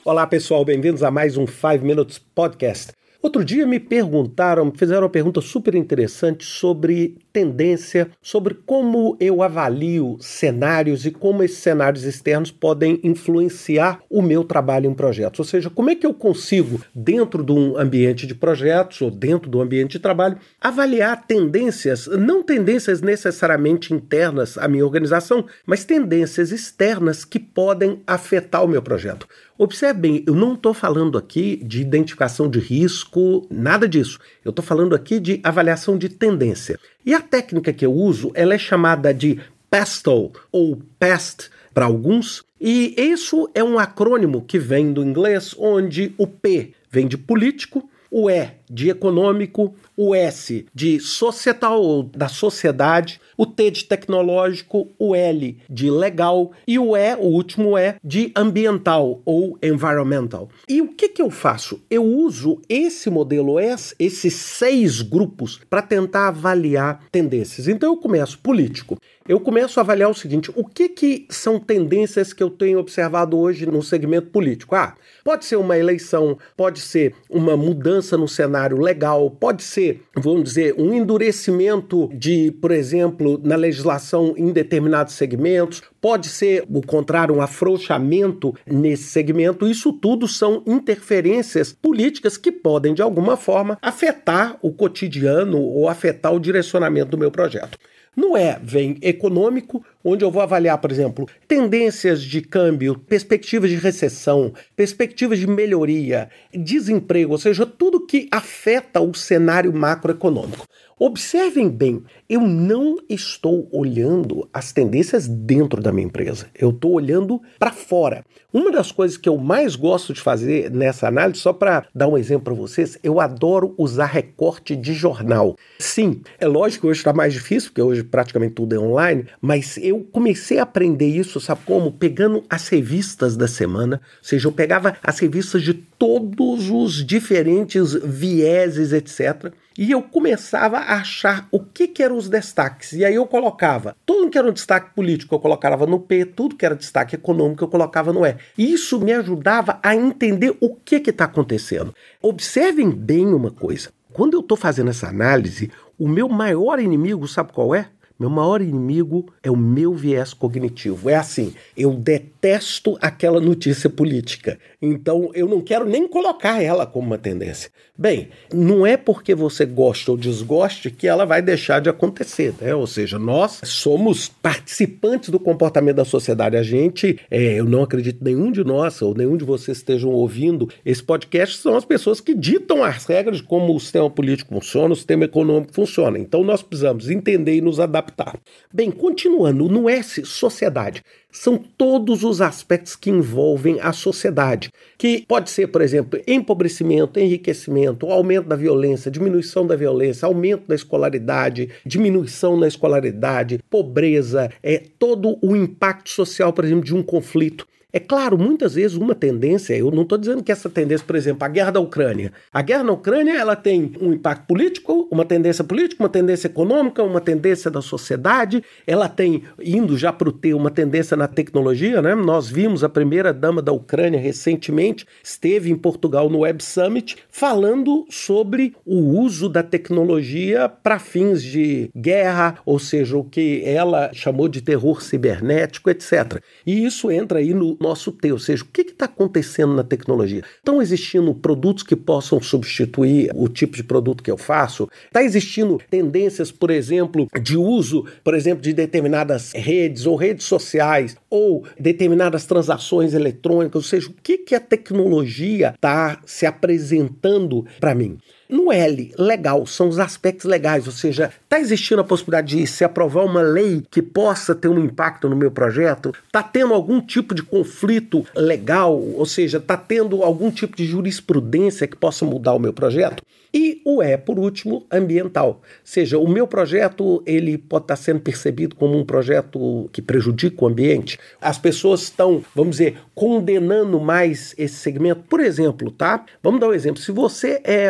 Olá pessoal, bem-vindos a mais um 5 Minutes Podcast. Outro dia me fizeram uma pergunta super interessante sobre tendência, sobre como eu avalio cenários e como esses cenários externos podem influenciar o meu trabalho em projetos. Ou seja, como é que eu consigo, dentro de um ambiente de projetos ou dentro do ambiente de trabalho, avaliar tendências, não tendências necessariamente internas à minha organização, mas tendências externas que podem afetar o meu projeto. Observe bem, eu não estou falando aqui de identificação de risco, nada disso. Eu estou falando aqui de avaliação de tendência. E a técnica que eu uso, ela é chamada de PESTLE, ou PEST para alguns, e isso é um acrônimo que vem do inglês, onde o P vem de político, o E de econômico, o S de societal ou da sociedade, o T de tecnológico, o L de legal e o E, o último E, de ambiental ou environmental. E o que eu faço? Eu uso esse modelo S, esses 6 grupos, para tentar avaliar tendências. Então eu começo político. Eu começo a avaliar o seguinte, o que são tendências que eu tenho observado hoje no segmento político? Pode ser uma eleição, pode ser uma mudança no cenário legal, pode ser, vamos dizer, um endurecimento de, por exemplo, na legislação em determinados segmentos, pode ser, o contrário, um afrouxamento nesse segmento. Isso tudo são interferências políticas que podem, de alguma forma, afetar o cotidiano ou afetar o direcionamento do meu projeto. No E vem econômico, onde eu vou avaliar, por exemplo, tendências de câmbio, perspectivas de recessão, perspectivas de melhoria, desemprego, ou seja, tudo que afeta o cenário macroeconômico. Observem bem, eu não estou olhando as tendências dentro da minha empresa, eu estou olhando para fora. Uma das coisas que eu mais gosto de fazer nessa análise, só para dar um exemplo para vocês, eu adoro usar recorte de jornal. Sim, é lógico que hoje está mais difícil, porque hoje praticamente tudo é online, mas eu comecei a aprender isso, sabe como? Pegando as revistas da semana, ou seja, eu pegava as revistas de todos os diferentes vieses, etc., e eu começava a achar o que eram os destaques. E aí eu colocava, tudo que era um destaque político eu colocava no P, tudo que era destaque econômico eu colocava no E. E isso me ajudava a entender o que está acontecendo. Observem bem uma coisa. Quando eu estou fazendo essa análise, o meu maior inimigo, sabe qual é? Meu maior inimigo é o meu viés cognitivo. É assim, eu detesto aquela notícia política. Então, eu não quero nem colocar ela como uma tendência. Bem, não é porque você gosta ou desgoste que ela vai deixar de acontecer, né? Ou seja, nós somos participantes do comportamento da sociedade. A gente, eu não acredito nenhum de nós ou nenhum de vocês estejam ouvindo esse podcast, são as pessoas que ditam as regras de como o sistema político funciona, o sistema econômico funciona. Então, nós precisamos entender e nos adaptar. Bem, continuando, no S, sociedade. São todos os aspectos que envolvem a sociedade, que pode ser, por exemplo, empobrecimento, enriquecimento, aumento da violência, diminuição da violência, aumento da escolaridade, diminuição na escolaridade, pobreza, todo o impacto social, por exemplo, de um conflito. É claro, muitas vezes uma tendência, eu não estou dizendo que essa tendência, por exemplo, a guerra da Ucrânia. A guerra na Ucrânia, ela tem um impacto político, uma tendência política, uma tendência econômica, uma tendência da sociedade, ela tem, indo já para o T, uma tendência na tecnologia, né? Nós vimos a primeira-dama da Ucrânia recentemente, esteve em Portugal no Web Summit, falando sobre o uso da tecnologia para fins de guerra, ou seja, o que ela chamou de terror cibernético, etc. E isso entra aí no nosso T, ou seja, o que está acontecendo na tecnologia? Estão existindo produtos que possam substituir o tipo de produto que eu faço? Está existindo tendências, por exemplo, de uso, por exemplo, de determinadas redes ou redes sociais ou determinadas transações eletrônicas, ou seja, o que a tecnologia está se apresentando para mim? No L, legal, são os aspectos legais, ou seja, está existindo a possibilidade de se aprovar uma lei que possa ter um impacto no meu projeto? Está tendo algum tipo de conflito legal, ou seja, está tendo algum tipo de jurisprudência que possa mudar o meu projeto? E o E, por último, ambiental. Ou seja, o meu projeto ele pode estar sendo percebido como um projeto que prejudica o ambiente. As pessoas estão, vamos dizer, condenando mais esse segmento. Por exemplo, tá? Vamos dar um exemplo. Se você é uma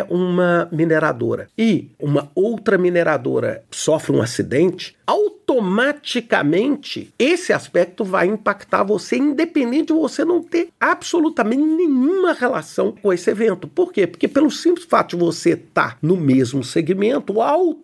uma mineradora e uma outra mineradora sofre um acidente, automaticamente esse aspecto vai impactar você, independente de você não ter absolutamente nenhuma relação com esse evento. Por quê? Porque pelo simples fato de você estar no mesmo segmento,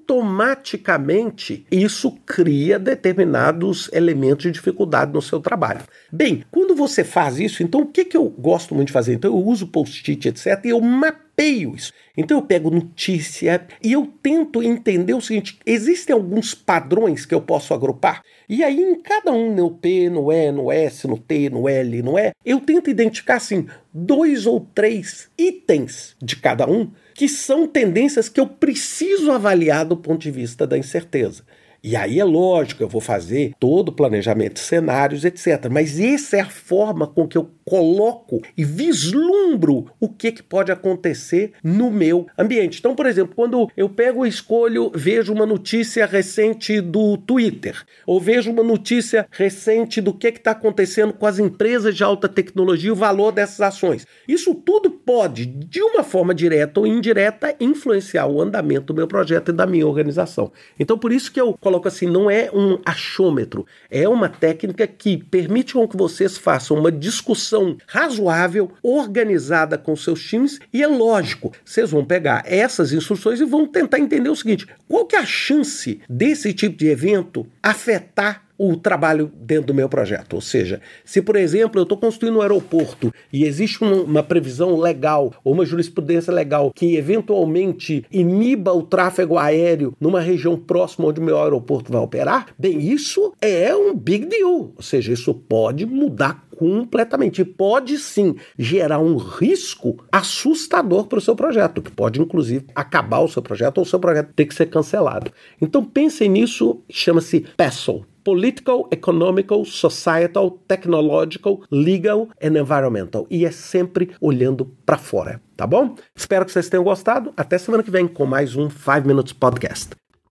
automaticamente isso cria determinados elementos de dificuldade no seu trabalho. Bem, quando você faz isso, então o que eu gosto muito de fazer? Então eu uso post-it, etc, e eu mapeio isso. Então eu pego notícia e eu tento entender o seguinte, existem alguns padrões que eu posso agrupar, e aí em cada um, no P, no E, no S, no T, no L, no E, eu tento identificar assim, 2 ou 3 itens de cada um, que são tendências que eu preciso avaliar do ponto de vista da incerteza. E aí é lógico, eu vou fazer todo o planejamento de cenários, etc. Mas essa é a forma com que eu coloco e vislumbro o que pode acontecer no meu ambiente. Então, por exemplo, quando eu pego e escolho, vejo uma notícia recente do Twitter, ou vejo uma notícia recente do que está acontecendo com as empresas de alta tecnologia e o valor dessas ações. Isso tudo pode, de uma forma direta ou indireta, influenciar o andamento do meu projeto e da minha organização. Então, por isso que eu coloco assim, não é um achômetro, é uma técnica que permite com que vocês façam uma discussão razoável, organizada com seus times, e é lógico, vocês vão pegar essas instruções e vão tentar entender o seguinte, qual que é a chance desse tipo de evento afetar o trabalho dentro do meu projeto. Ou seja, se, por exemplo, eu estou construindo um aeroporto e existe uma previsão legal ou uma jurisprudência legal que eventualmente iniba o tráfego aéreo numa região próxima onde o meu aeroporto vai operar, bem, isso é um big deal. Ou seja, isso pode mudar completamente. E pode sim gerar um risco assustador para o seu projeto, que pode inclusive acabar o seu projeto ou o seu projeto ter que ser cancelado. Então pensem nisso, chama-se PESTLE. Political, Economical, Societal, Technological, Legal and Environmental. E é sempre olhando para fora, tá bom? Espero que vocês tenham gostado. Até semana que vem com mais um 5 Minutes Podcast.